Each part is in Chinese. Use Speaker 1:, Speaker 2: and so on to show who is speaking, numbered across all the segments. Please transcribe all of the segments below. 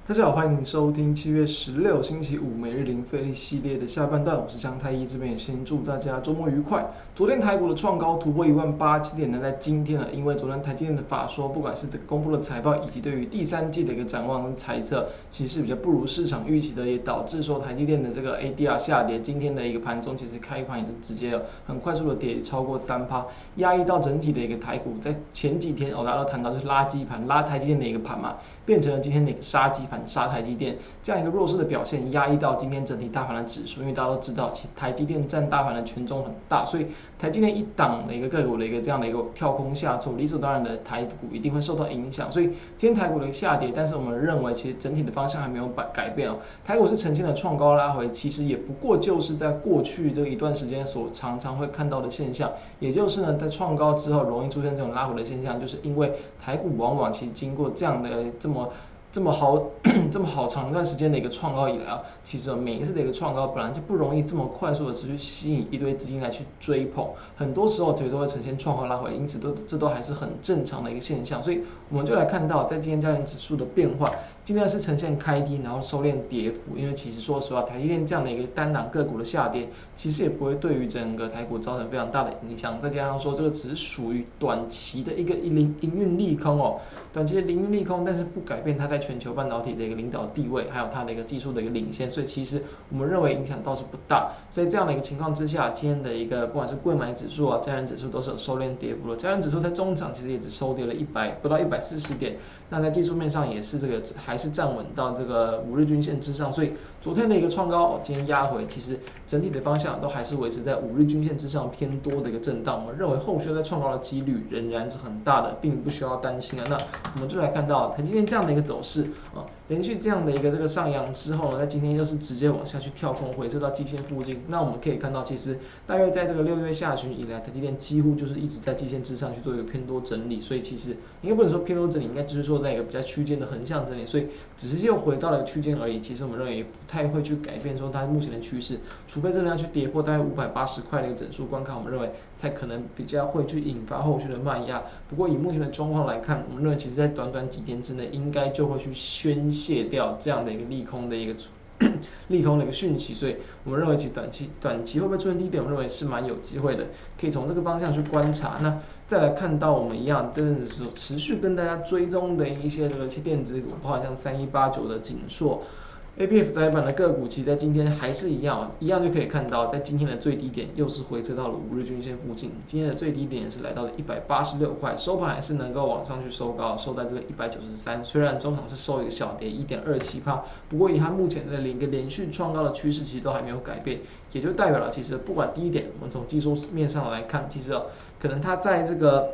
Speaker 1: 大家好，欢迎收听7月16星期五每日零费力系列的下半段，我是江太一，这边也先祝大家周末愉快。昨天台股的创高突破18000点呢，在今天呢，因为昨天台积电的法说，不管是这个公布的财报，以及对于第三季的一个展望跟猜测，其实比较不如市场预期的，也导致说台积电的这个 ADR 下跌。今天的一个盘中，其实开盘也是直接很快速的跌超过3%，压抑到整体的一个台股。在前几天大家都谈到就是拉基盘，拉台积电的一个盘嘛，变成了今天的一个杀基盘。杀台积电这样一个弱势的表现，压抑到今天整体大盘的指数。因为大家都知道，其实台积电占大盘的权重很大，所以台积电一档的一个个股的一个这样的一个跳空下挫，理所当然的台股一定会受到影响。所以今天台股的下跌，但是我们认为其实整体的方向还没有改变哦。台股是呈现了创高拉回，其实也不过就是在过去这一段时间所常常会看到的现象，也就是呢，在创高之后容易出现这种拉回的现象，就是因为台股往往其实经过这样的这么好长一段时间的一个创高以来啊，其实每一次的一个创高本来就不容易这么快速的持续吸引一堆资金来去追捧，很多时候其实都会呈现创高拉回，因此这都还是很正常的一个现象。所以我们就来看到在今天加权指数的变化，今天是呈现开低然后收敛跌幅，因为其实说实话，台积电这样的一个单档个股的下跌，其实也不会对于整个台股造成非常大的影响。再加上说这个只是属于短期的一个营运利空哦，短期的营运利空，但是不改变它在全球半导体的一个领导地位，还有它的一个技术的一个领先，所以其实我们认为影响倒是不大。所以这样的一个情况之下，今天的一个不管是柜买指数加权指数都是有收敛跌幅的。加权指数在中场其实也只收跌了不到140点，那在技术面上也是还是站稳到这个5日均线之上，所以昨天的一个创高今天压回，其实整体的方向都还是维持在5日均线之上偏多的一个震荡。我们认为后续在创高的几率仍然是很大的，并不需要担心啊。那我们就来看到台积电这样的一个走势连续这样的一个上扬之后呢，在今天又是直接往下去跳空回撤到季线附近。那我们可以看到，其实大约在这个6月下旬以来，台积电几乎就是一直在季线之上去做一个偏多整理，所以其实应该不能说偏多整理，应该就是说在一个比较区间的横向整理，所以只是又回到了区间而已。其实我们认为也不太会去改变说它目前的趋势，除非真的要去跌破大概580块的一个整数关卡，我们认为才可能比较会去引发后续的卖压。不过以目前的状况来看，我们认为其实在短短几天之内，应该就会去宣泄掉这样的一个利空的一个讯息，所以我们认为其实短期会不会出现低点，我们认为是蛮有机会的，可以从这个方向去观察。那再来看到我们一样，这阵子持续跟大家追踪的一些电子股，包括像3189的景硕。ABF 载板的个股，其实在今天还是一样就可以看到，在今天的最低点又是回撤到了5日均线附近。今天的最低点也是来到了186块，收盘还是能够往上去收高，收在这个193。虽然中场是收一个小跌1.27%，不过以它目前的一个连续创高的趋势，其实都还没有改变，也就代表了其实不管低点，我们从技术面上来看，其实可能它在这个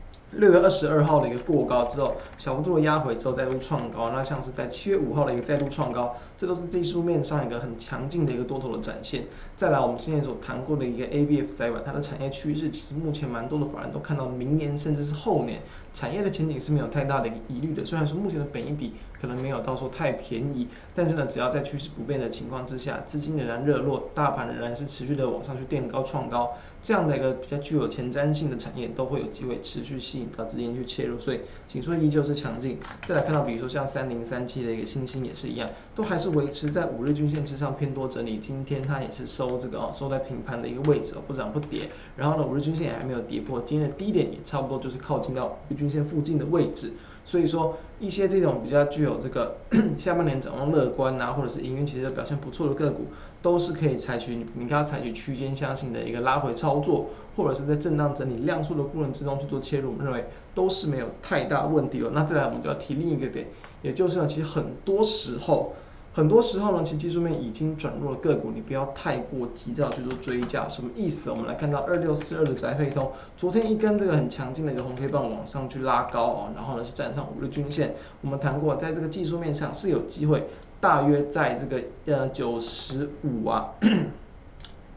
Speaker 1: 6月22号的一个过高之后，小幅度的压回之后再度创高，那像是在7月5号的一个再度创高，这都是技术面上一个很强劲的一个多头的展现。再来，我们今天所谈过的一个 ABF 载板，它的产业趋势其实目前蛮多的法人都看到明年甚至是后年产业的前景是没有太大的一个疑虑的。虽然说目前的本益比可能没有到说太便宜，但是呢，只要在趋势不变的情况之下，资金仍然热络，大盘仍然是持续的往上去垫高创高，这样的一个比较具有前瞻性的产业都会有机会持续吸引到资金去切入，所以景硕依旧是强劲。再来看到，比如说像3037的一个新兴也是一样，都还是维持在5日均线之上偏多整理。今天它也是收在平盘的一个位置不涨不跌。然后呢，5日均线也还没有跌破，今天的低点也差不多就是靠近到5日均线附近的位置。所以说，一些这种比较具有这个下半年展望乐观或者是营运其实表现不错的个股，都是可以你可以采取区间箱型的一个拉回操作，或者是在震荡整理量缩的过程之中去做切入，我们认为都是没有太大问题了。那再来，我们就要提另一个点，也就是呢，其实很多时候呢，其实技术面已经转弱的个股，你不要太过急躁去做追价。什么意思？我们来看到2642的宅配通，昨天一根这个很强劲的一个红 K 棒往上去拉高然后呢是站上5日均线。我们谈过，在这个技术面上是有机会，大约在这个95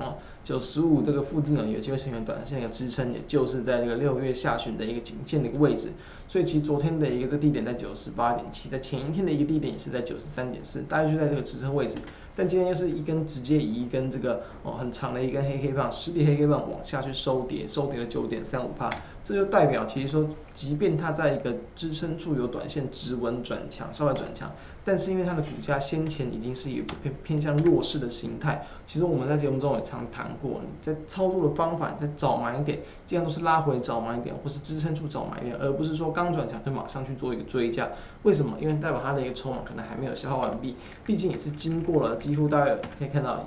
Speaker 1: 95这个附近呢有机会形成短线的一个支撑，也就是在这个6月下旬的一个颈线的一个位置。所以其实昨天的一个这个低点在98.7，在前一天的一个低点也是在93.4，大概就在这个支撑位置。但今天又是一根直接以一根这个很长的一根黑 K 棒，实体黑 K 棒往下去收跌，收跌了9.35%，这就代表其实说，即便它在一个支撑处有短线止稳转强，稍微转强，但是因为它的股价先前已经是一个偏向弱势的形态，其实我们在节目中也常谈过，你在操作的方法，你在找买点，尽量都是拉回找买点，或是支撑处找买点，而不是说刚转强就马上去做一个追加。为什么？因为代表它的一个筹码可能还没有消耗完毕，毕竟也是经过了几乎大概可以看到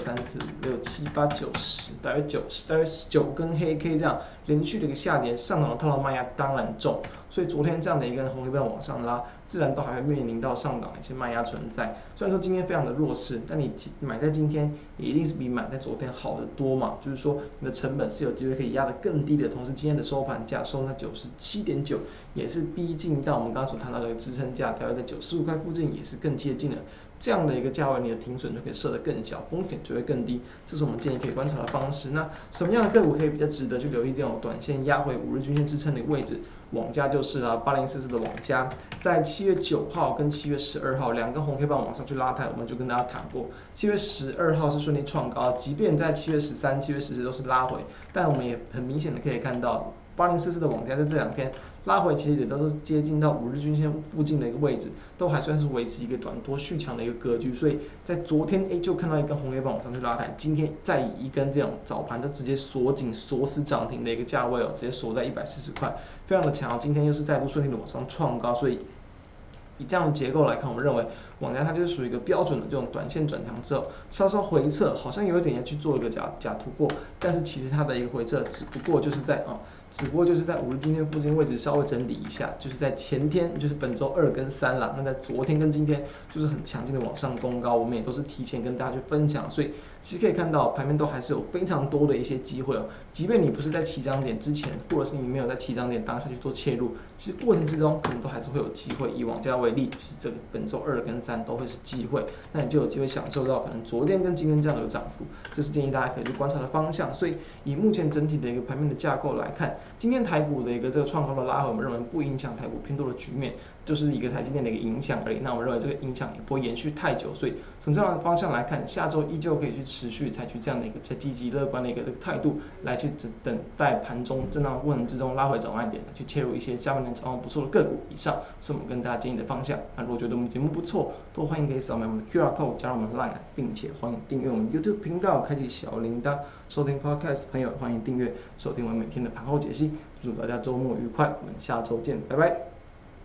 Speaker 1: 1、2、3、4、5、6、7、8、9、10，大约9根黑 K 这样连续的一个下跌，上涨的套牢卖压当然重，所以昨天这样的一根红 K 棒往上拉，自然都还会面临到上档的一些卖压存在。虽然说今天非常的弱势，但你买在今天也一定是比买在昨天好得多嘛，就是说你的成本是有机会可以压得更低的，同时今天的收盘价收在97.9，也是逼近到我们刚刚所谈到的支撑价，大约在95块附近，也是更接近了。这样的一个价位，你的停损就可以设得更小，风险就会更低。这是我们建议可以观察的方式。那什么样的个股可以比较值得去留意这种短线压回5日均线支撑的位置？网家就是啦，8044的网家，在7月9号跟7月12号两根红 K 棒往上去拉抬，我们就跟大家谈过。7月12号是顺利创高，即便在7月13、7月14都是拉回，但我们也很明显的可以看到，8044的网家在这2天拉回，其实也都是接近到5日均线附近的一个位置，都还算是维持一个短多续强的一个格局。所以在昨天就看到一根红 K 棒往上去拉抬，今天再以一根这种早盘就直接锁紧锁死涨停的一个价位直接锁在140块，非常的强。今天又是再度顺利的往上创高，所以以这样的结构来看，我们认为网家它就是属于一个标准的这种短线转强之后，稍稍回撤，好像有一点要去做一个假突破，但是其实它的一个回撤只不过就是在5日均线附近位置稍微整理一下，就是在前天，就是本周2跟3啦。那在昨天跟今天就是很强劲的往上攻高，我们也都是提前跟大家去分享，所以其实可以看到盘面都还是有非常多的一些机会即便你不是在起涨点之前，或者是你没有在起涨点当下去做切入，其实过程之中可能都还是会有机会。以网家为例，就是这个本周2跟3都会是机会，那你就有机会享受到可能昨天跟今天这样的涨幅，这是建议大家可以去观察的方向。所以以目前整体的一个盘面的架构来看，今天台股的一个这个创高的拉回，我们认为不影响台股偏多的局面，就是一个台积电的一个影响而已。那我们认为这个影响也不会延续太久，所以从这样的方向来看，下周依旧可以去持续采取这样的一个比较积极乐观的一个态度，来去等待盘中震荡过程之中拉回涨卖点，来去切入一些下半年展望不错的个股。以上是我们跟大家建议的方向。那如果觉得我们节目不错，都欢迎可以扫描我们的 QR code 加入我们 LINE， 并且欢迎订阅我们 YouTube 频道，开启小铃铛。收听 Podcast 朋友欢迎订阅收听我们每天的盘后解析。祝大家周末愉快，我们下周见，拜拜。